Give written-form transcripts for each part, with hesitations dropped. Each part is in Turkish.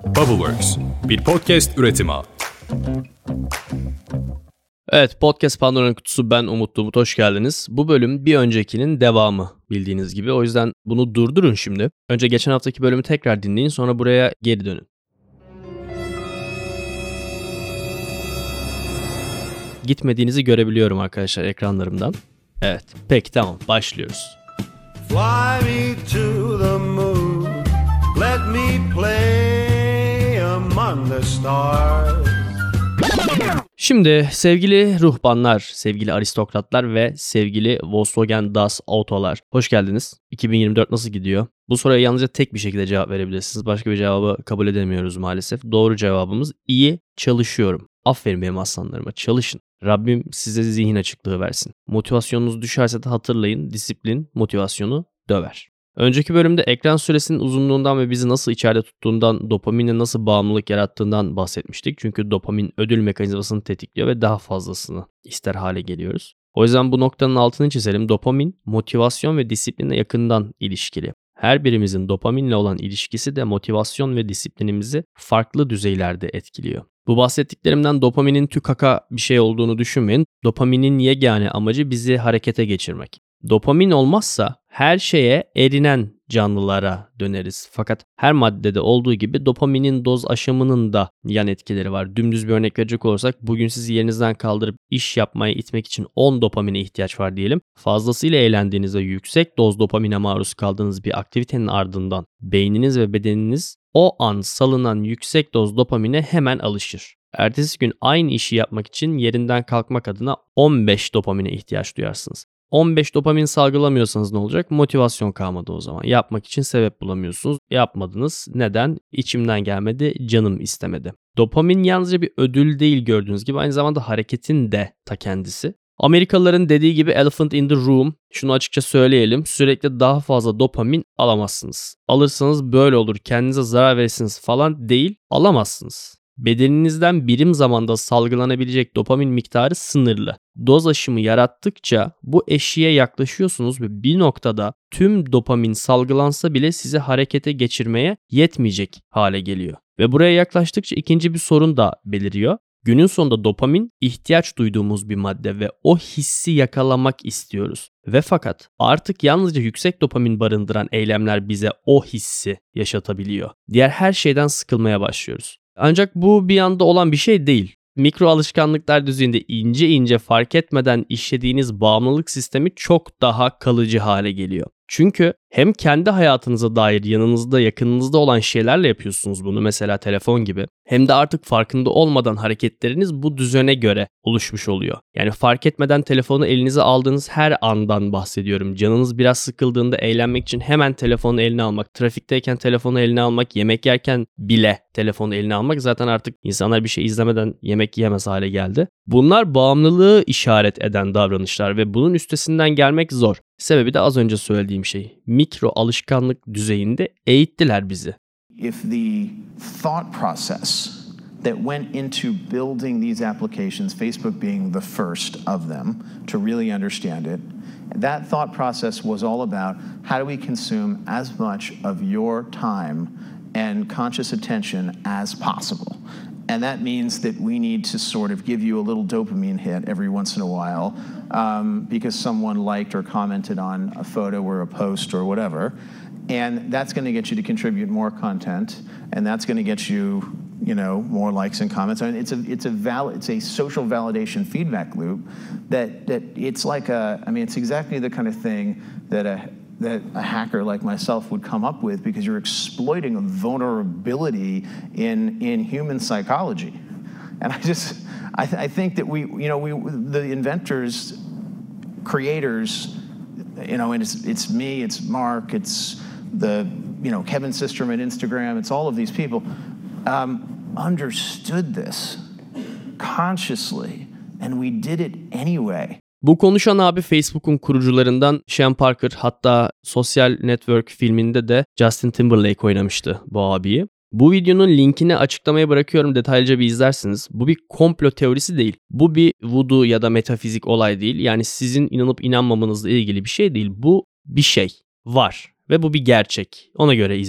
Bubbleworks, bir podcast üretimi. Evet, Podcast Pandora'nın kutusu, ben Umut, hoş geldiniz. Bu bölüm bir öncekinin devamı bildiğiniz gibi. O yüzden bunu durdurun şimdi. Önce geçen haftaki bölümü tekrar dinleyin, sonra buraya geri dönün. Gitmediğinizi görebiliyorum arkadaşlar ekranlarımdan. Evet, peki tamam, başlıyoruz. Fly me to the moon, let me play among the stars. Şimdi sevgili ruhbanlar, sevgili aristokratlar ve sevgili Volkswagen Das Auto'lar, hoş geldiniz. 2024 nasıl gidiyor? Bu soruya yalnızca tek bir şekilde cevap verebilirsiniz. Başka bir cevabı kabul edemiyoruz maalesef. Doğru cevabımız iyi çalışıyorum. Aferin benim aslanlarıma, çalışın. Rabbim size zihin açıklığı versin. Motivasyonunuz düşerse de hatırlayın, disiplin motivasyonu döver. Önceki bölümde ekran süresinin uzunluğundan ve bizi nasıl içeride tuttuğundan, dopamine nasıl bağımlılık yarattığından bahsetmiştik. Çünkü dopamin ödül mekanizmasını tetikliyor ve daha fazlasını ister hale geliyoruz. O yüzden bu noktanın altını çizelim. Dopamin, motivasyon ve disiplinle yakından ilişkili. Her birimizin dopaminle olan ilişkisi de motivasyon ve disiplinimizi farklı düzeylerde etkiliyor. Bu bahsettiklerimden dopaminin tükaka bir şey olduğunu düşünmeyin. Dopaminin yegane amacı bizi harekete geçirmek. Dopamin olmazsa her şeye erinen canlılara döneriz. Fakat her maddede olduğu gibi dopaminin doz aşımının da yan etkileri var. Dümdüz bir örnek verecek olursak, bugün sizi yerinizden kaldırıp iş yapmaya itmek için 10 dopamine ihtiyaç var diyelim. Fazlasıyla eğlendiğinizde yüksek doz dopamine maruz kaldığınız bir aktivitenin ardından beyniniz ve bedeniniz o an salınan yüksek doz dopamine hemen alışır. Ertesi gün aynı işi yapmak için yerinden kalkmak adına 15 dopamine ihtiyaç duyarsınız. 15 dopamin salgılamıyorsanız ne olacak? Motivasyon kalmadı o zaman. Yapmak için sebep bulamıyorsunuz. Yapmadınız. Neden? İçimden gelmedi, canım istemedi. Dopamin yalnızca bir ödül değil, gördüğünüz gibi aynı zamanda hareketin de ta kendisi. Amerikalıların dediği gibi elephant in the room, şunu açıkça söyleyelim, sürekli daha fazla dopamin alamazsınız. Alırsanız böyle olur, kendinize zarar verirsiniz falan değil, alamazsınız. Bedeninizden birim zamanda salgılanabilecek dopamin miktarı sınırlı. Doz aşımı yarattıkça bu eşiğe yaklaşıyorsunuz ve bir noktada tüm dopamin salgılansa bile sizi harekete geçirmeye yetmeyecek hale geliyor. Ve buraya yaklaştıkça ikinci bir sorun da beliriyor. Günün sonunda dopamin ihtiyaç duyduğumuz bir madde ve o hissi yakalamak istiyoruz. Ve fakat artık yalnızca yüksek dopamin barındıran eylemler bize o hissi yaşatabiliyor. Diğer her şeyden sıkılmaya başlıyoruz. Ancak bu bir anda olan bir şey değil. Mikro alışkanlıklar düzeyinde ince ince fark etmeden işlediğiniz bağımlılık sistemi çok daha kalıcı hale geliyor. Çünkü hem kendi hayatınıza dair yanınızda, yakınınızda olan şeylerle yapıyorsunuz bunu, mesela telefon gibi, hem de artık farkında olmadan hareketleriniz bu düzene göre oluşmuş oluyor. Yani fark etmeden telefonu elinize aldığınız her andan bahsediyorum. Canınız biraz sıkıldığında eğlenmek için hemen telefonu eline almak, trafikteyken telefonu eline almak, yemek yerken bile telefonu eline almak, zaten artık insanlar bir şey izlemeden yemek yiyemez hale geldi. Bunlar bağımlılığı işaret eden davranışlar ve bunun üstesinden gelmek zor. Sebebi de az önce söylediğim şey. Mikro alışkanlık düzeyinde eğittiler bizi. If the thought process that went into building these applications, Facebook being the first of them to really understand it, that thought process was all about how do we consume as much of your time and conscious attention as possible. And that means that we need to sort of give you a little dopamine hit every once in a while because someone liked or commented on a photo or a post or whatever. And that's going to get you to contribute more content, and that's going to get you, more likes and comments. I mean, it's a social validation feedback loop that it's like it's exactly the kind of thing that a hacker like myself would come up with, because you're exploiting a vulnerability in human psychology. And I think that we the inventors, creators, and it's me, it's Mark, it's the Kevin Systrom at Instagram, it's all of these people understood this consciously, and we did it anyway. Bu konuşan abi Facebook'un kurucularından Sean Parker, hatta Social Network filminde de Justin Timberlake oynamıştı bu abiyi. Bu videonun linkini açıklamaya bırakıyorum, detaylıca bir izlersiniz. Bu bir komplo teorisi değil. Bu bir voodoo ya da metafizik olay değil. Yani sizin inanıp inanmamanızla ilgili bir şey değil. Bu bir şey var ve bu bir gerçek. Ona göre izleyin.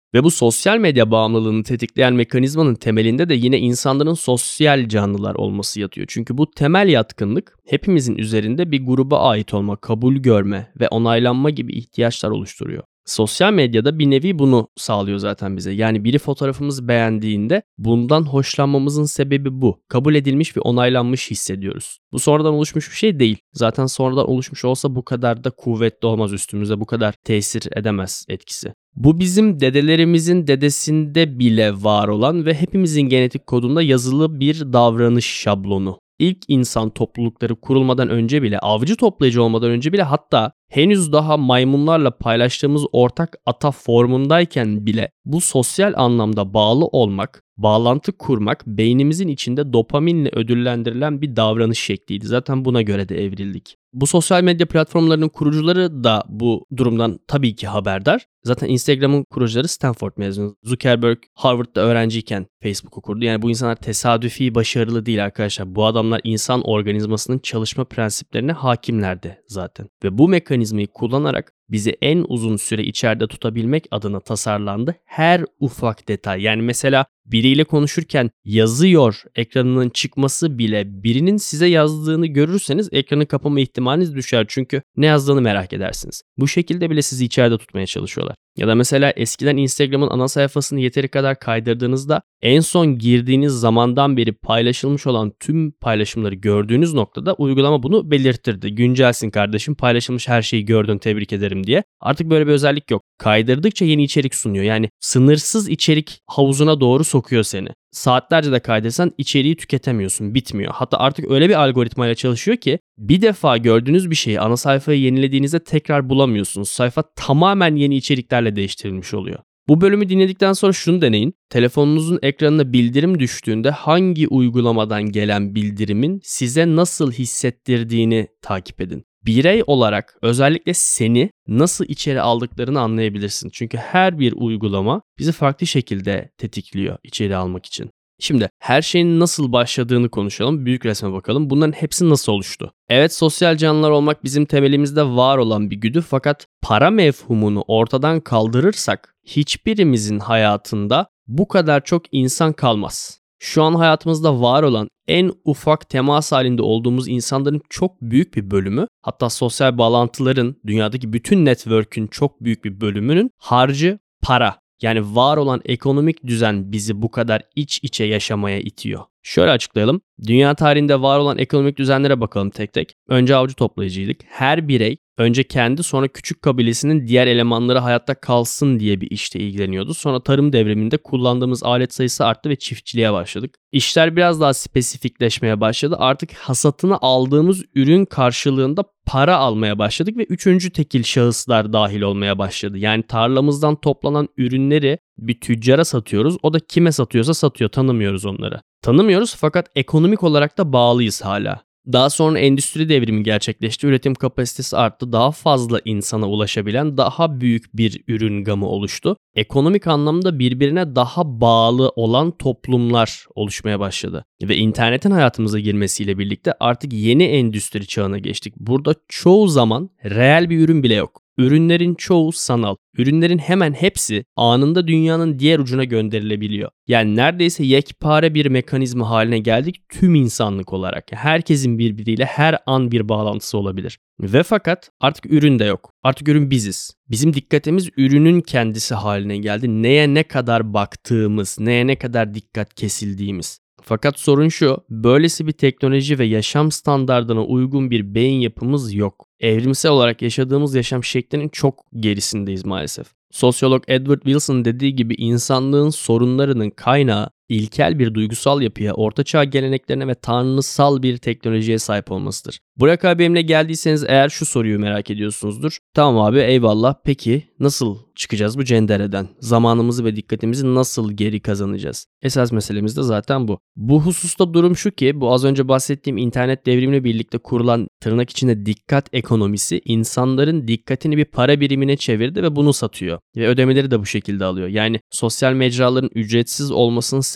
Ve bu sosyal medya bağımlılığını tetikleyen mekanizmanın temelinde de yine insanların sosyal canlılar olması yatıyor. Çünkü bu temel yatkınlık hepimizin üzerinde bir gruba ait olma, kabul görme ve onaylanma gibi ihtiyaçlar oluşturuyor. Sosyal medyada bir nevi bunu sağlıyor zaten bize. Yani biri fotoğrafımızı beğendiğinde bundan hoşlanmamızın sebebi bu. Kabul edilmiş ve onaylanmış hissediyoruz. Bu sonradan oluşmuş bir şey değil. Zaten sonradan oluşmuş olsa bu kadar da kuvvetli olmaz üstümüze, bu kadar tesir edemez etkisi. Bu bizim dedelerimizin dedesinde bile var olan ve hepimizin genetik kodunda yazılı bir davranış şablonu. İlk insan toplulukları kurulmadan önce bile, avcı toplayıcı olmadan önce bile, hatta henüz daha maymunlarla paylaştığımız ortak ata formundayken bile bu sosyal anlamda bağlı olmak, bağlantı kurmak beynimizin içinde dopaminle ödüllendirilen bir davranış şekliydi. Zaten buna göre de evrildik. Bu sosyal medya platformlarının kurucuları da bu durumdan tabii ki haberdar. Zaten Instagram'ın kurucuları Stanford mezunu. Zuckerberg Harvard'da öğrenciyken Facebook'u kurdu. Yani bu insanlar tesadüfi başarılı değil arkadaşlar. Bu adamlar insan organizmasının çalışma prensiplerine hakimlerdi zaten. Ve bu mekanizmayı kullanarak bizi en uzun süre içeride tutabilmek adına tasarlandı. Her ufak detay. Yani mesela biriyle konuşurken yazıyor ekranının çıkması bile, birinin size yazdığını görürseniz ekranı kapama ihtimaliniz düşer. Çünkü ne yazdığını merak edersiniz. Bu şekilde bile sizi içeride tutmaya çalışıyorlar. Ya da mesela eskiden Instagram'ın ana sayfasını yeteri kadar kaydırdığınızda en son girdiğiniz zamandan beri paylaşılmış olan tüm paylaşımları gördüğünüz noktada uygulama bunu belirtirdi. Güncelsin kardeşim, paylaşılmış her şeyi gördün, tebrik ederim diye. Artık böyle bir özellik yok. Kaydırdıkça yeni içerik sunuyor. Yani sınırsız içerik havuzuna doğru sokuyor seni. Saatlerce de kaydırsan içeriği tüketemiyorsun, bitmiyor. Hatta artık öyle bir algoritmayla çalışıyor ki bir defa gördüğünüz bir şeyi ana sayfayı yenilediğinizde tekrar bulamıyorsunuz. Sayfa tamamen yeni içeriklerle değiştirilmiş oluyor. Bu bölümü dinledikten sonra şunu deneyin. Telefonunuzun ekranına bildirim düştüğünde hangi uygulamadan gelen bildirimin size nasıl hissettirdiğini takip edin. Birey olarak özellikle seni nasıl içeri aldıklarını anlayabilirsin. Çünkü her bir uygulama bizi farklı şekilde tetikliyor içeri almak için. Şimdi her şeyin nasıl başladığını konuşalım, büyük resme bakalım. Bunların hepsi nasıl oluştu? Evet, sosyal canlılar olmak bizim temelimizde var olan bir güdü, fakat para mefhumunu ortadan kaldırırsak hiçbirimizin hayatında bu kadar çok insan kalmaz. Şu an hayatımızda var olan en ufak temas halinde olduğumuz insanların çok büyük bir bölümü, hatta sosyal bağlantıların, dünyadaki bütün network'ün çok büyük bir bölümünün harcı para. Yani var olan ekonomik düzen bizi bu kadar iç içe yaşamaya itiyor. Şöyle açıklayalım. Dünya tarihinde var olan ekonomik düzenlere bakalım tek tek. Önce avcı toplayıcıydık. Her birey önce kendi, sonra küçük kabilesinin diğer elemanları hayatta kalsın diye bir işle ilgileniyordu. Sonra tarım devriminde kullandığımız alet sayısı arttı ve çiftçiliğe başladık. İşler biraz daha spesifikleşmeye başladı. Artık hasatını aldığımız ürün karşılığında para almaya başladık ve üçüncü tekil şahıslar dahil olmaya başladı. Yani tarlamızdan toplanan ürünleri bir tüccara satıyoruz. O da kime satıyorsa satıyor. Tanımıyoruz onları. Tanımıyoruz fakat ekonomik olarak da bağlıyız hala. Daha sonra endüstri devrimi gerçekleşti. Üretim kapasitesi arttı. Daha fazla insana ulaşabilen daha büyük bir ürün gamı oluştu. Ekonomik anlamda birbirine daha bağlı olan toplumlar oluşmaya başladı. Ve internetin hayatımıza girmesiyle birlikte artık yeni endüstri çağına geçtik. Burada çoğu zaman reel bir ürün bile yok. Ürünlerin çoğu sanal. Ürünlerin hemen hepsi anında dünyanın diğer ucuna gönderilebiliyor. Yani neredeyse yekpare bir mekanizma haline geldik tüm insanlık olarak. Herkesin birbiriyle her an bir bağlantısı olabilir. Ve fakat artık ürün de yok. Artık ürün biziz. Bizim dikkatimiz ürünün kendisi haline geldi. Neye ne kadar baktığımız, neye ne kadar dikkat kesildiğimiz. Fakat sorun şu, böylesi bir teknoloji ve yaşam standardına uygun bir beyin yapımız yok. Evrimsel olarak yaşadığımız yaşam şeklinin çok gerisindeyiz maalesef. Sosyolog Edward Wilson dediği gibi insanlığın sorunlarının kaynağı ilkel bir duygusal yapıya, ortaçağ geleneklerine ve tanrısal bir teknolojiye sahip olmasıdır. Buraya kadar benimle geldiyseniz eğer şu soruyu merak ediyorsunuzdur. Tamam abi, eyvallah, peki nasıl çıkacağız bu cendereden? Zamanımızı ve dikkatimizi nasıl geri kazanacağız? Esas meselemiz de zaten bu. Bu hususta durum şu ki, bu az önce bahsettiğim internet devrimiyle birlikte kurulan tırnak içinde dikkat ekonomisi insanların dikkatini bir para birimine çevirdi ve bunu satıyor. Ve ödemeleri de bu şekilde alıyor. Yani sosyal mecraların ücretsiz olmasının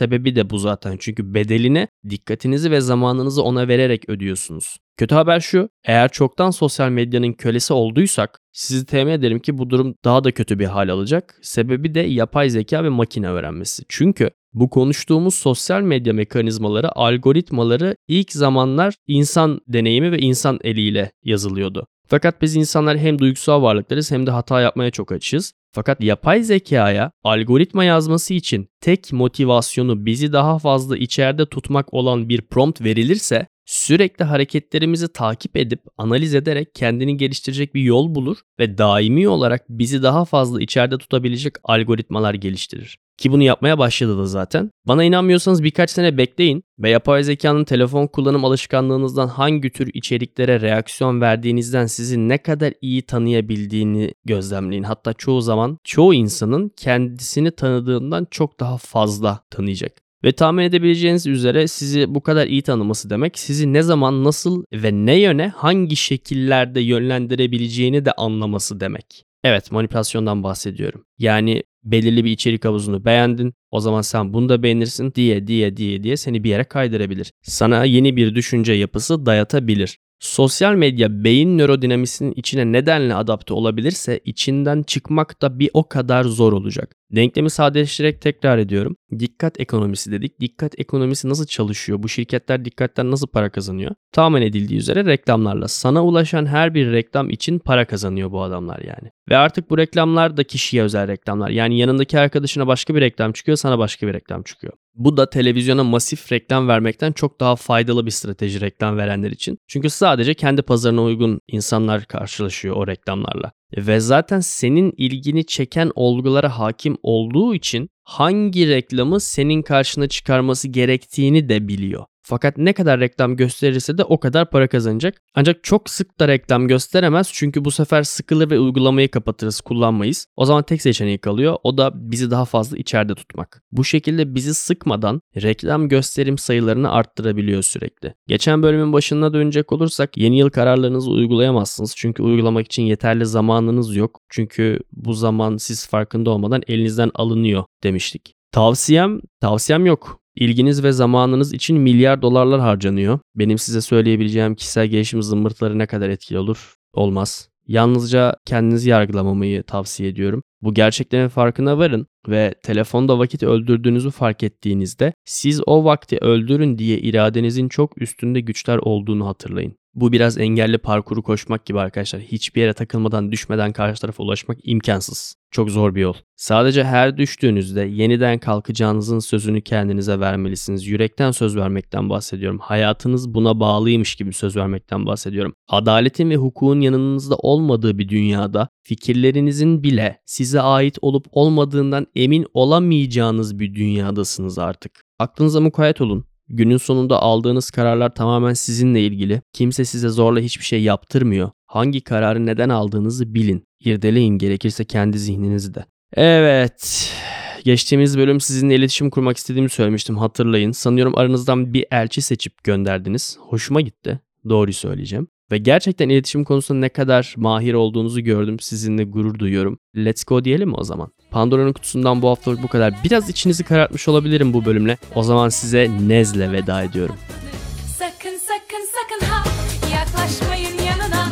sebebi de bu zaten. Çünkü bedelini dikkatinizi ve zamanınızı ona vererek ödüyorsunuz. Kötü haber şu, eğer çoktan sosyal medyanın kölesi olduysak sizi temin ederim ki bu durum daha da kötü bir hal alacak. Sebebi de yapay zeka ve makine öğrenmesi. Çünkü bu konuştuğumuz sosyal medya mekanizmaları, algoritmaları ilk zamanlar insan deneyimi ve insan eliyle yazılıyordu. Fakat biz insanlar hem duygusal varlıklarız hem de hata yapmaya çok açığız. Fakat yapay zekaya algoritma yazması için tek motivasyonu bizi daha fazla içeride tutmak olan bir prompt verilirse sürekli hareketlerimizi takip edip analiz ederek kendini geliştirecek bir yol bulur ve daimi olarak bizi daha fazla içeride tutabilecek algoritmalar geliştirir. Ki bunu yapmaya başladı da zaten. Bana inanmıyorsanız birkaç sene bekleyin ve yapay zekanın telefon kullanım alışkanlığınızdan hangi tür içeriklere reaksiyon verdiğinizden sizi ne kadar iyi tanıyabildiğini gözlemleyin. Hatta çoğu zaman çoğu insanın kendisini tanıdığından çok daha fazla tanıyacak. Ve tahmin edebileceğiniz üzere sizi bu kadar iyi tanıması demek, sizi ne zaman, nasıl ve ne yöne, hangi şekillerde yönlendirebileceğini de anlaması demek. Evet, manipülasyondan bahsediyorum. Yani belirli bir içerik havuzunu beğendin, o zaman sen bunu da beğenirsin diye seni bir yere kaydırabilir. Sana yeni bir düşünce yapısı dayatabilir. Sosyal medya beyin nörodinamisinin içine nedenle adapte olabilirse içinden çıkmak da bir o kadar zor olacak. Denklemi sadeleştirerek tekrar ediyorum. Dikkat ekonomisi dedik. Dikkat ekonomisi nasıl çalışıyor? Bu şirketler dikkatten nasıl para kazanıyor? Tahmin edildiği üzere reklamlarla. Sana ulaşan her bir reklam için para kazanıyor bu adamlar yani. Ve artık bu reklamlar da kişiye özel reklamlar. Yani yanındaki arkadaşına başka bir reklam çıkıyor, sana başka bir reklam çıkıyor. Bu da televizyona masif reklam vermekten çok daha faydalı bir strateji reklam verenler için. Çünkü sadece kendi pazarına uygun insanlar karşılaşıyor o reklamlarla. Ve zaten senin ilgini çeken olgulara hakim olduğu için hangi reklamı senin karşına çıkarması gerektiğini de biliyor. Fakat ne kadar reklam gösterirse de o kadar para kazanacak. Ancak çok sık da reklam gösteremez çünkü bu sefer sıkılır ve uygulamayı kapatırız, kullanmayız. O zaman tek seçeneği kalıyor, o da bizi daha fazla içeride tutmak. Bu şekilde bizi sıkmadan reklam gösterim sayılarını arttırabiliyor sürekli. Geçen bölümün başına dönecek olursak yeni yıl kararlarınızı uygulayamazsınız. Çünkü uygulamak için yeterli zamanınız yok. Çünkü bu zaman siz farkında olmadan elinizden alınıyor demiştik. Tavsiyem yok. İlginiz ve zamanınız için milyar dolarlar harcanıyor. Benim size söyleyebileceğim kişisel gelişim zımbırtıları ne kadar etkili olur? Olmaz. Yalnızca kendinizi yargılamamayı tavsiye ediyorum. Bu gerçeklerin farkına varın ve telefonda vakit öldürdüğünüzü fark ettiğinizde siz o vakti öldürün diye iradenizin çok üstünde güçler olduğunu hatırlayın. Bu biraz engelli parkuru koşmak gibi arkadaşlar. Hiçbir yere takılmadan, düşmeden karşı tarafa ulaşmak imkansız. Çok zor bir yol. Sadece her düştüğünüzde yeniden kalkacağınızın sözünü kendinize vermelisiniz. Yürekten söz vermekten bahsediyorum. Hayatınız buna bağlıymış gibi söz vermekten bahsediyorum. Adaletin ve hukukun yanınızda olmadığı bir dünyada fikirlerinizin bile size ait olup olmadığından emin olamayacağınız bir dünyadasınız artık. Aklınıza mukayyet olun. Günün sonunda aldığınız kararlar tamamen sizinle ilgili. Kimse size zorla hiçbir şey yaptırmıyor. Hangi kararı neden aldığınızı bilin. İrdeleyin, gerekirse kendi zihninizi de. Evet. Geçtiğimiz bölüm sizinle iletişim kurmak istediğimi söylemiştim, hatırlayın. Sanıyorum aranızdan bir elçi seçip gönderdiniz. Hoşuma gitti. Doğruyu söyleyeceğim. Ve gerçekten iletişim konusunda ne kadar mahir olduğunuzu gördüm. Sizinle gurur duyuyorum. Let's go diyelim mi o zaman? Pandora'nın kutusundan bu haftalık bu kadar. Biraz içinizi karartmış olabilirim bu bölümle. O zaman size nezle veda ediyorum. Sakın ha, yaklaşmayın yanına.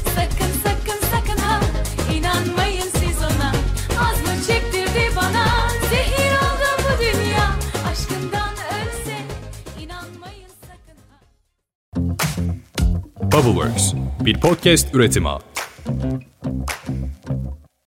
Sakın ha, inanmayın siz ona. Az mı çektirdi bana, zehir oldu bu dünya. Aşkından ölse, inanmayın sakın ha. Bubbleworks, bir podcast üretimi.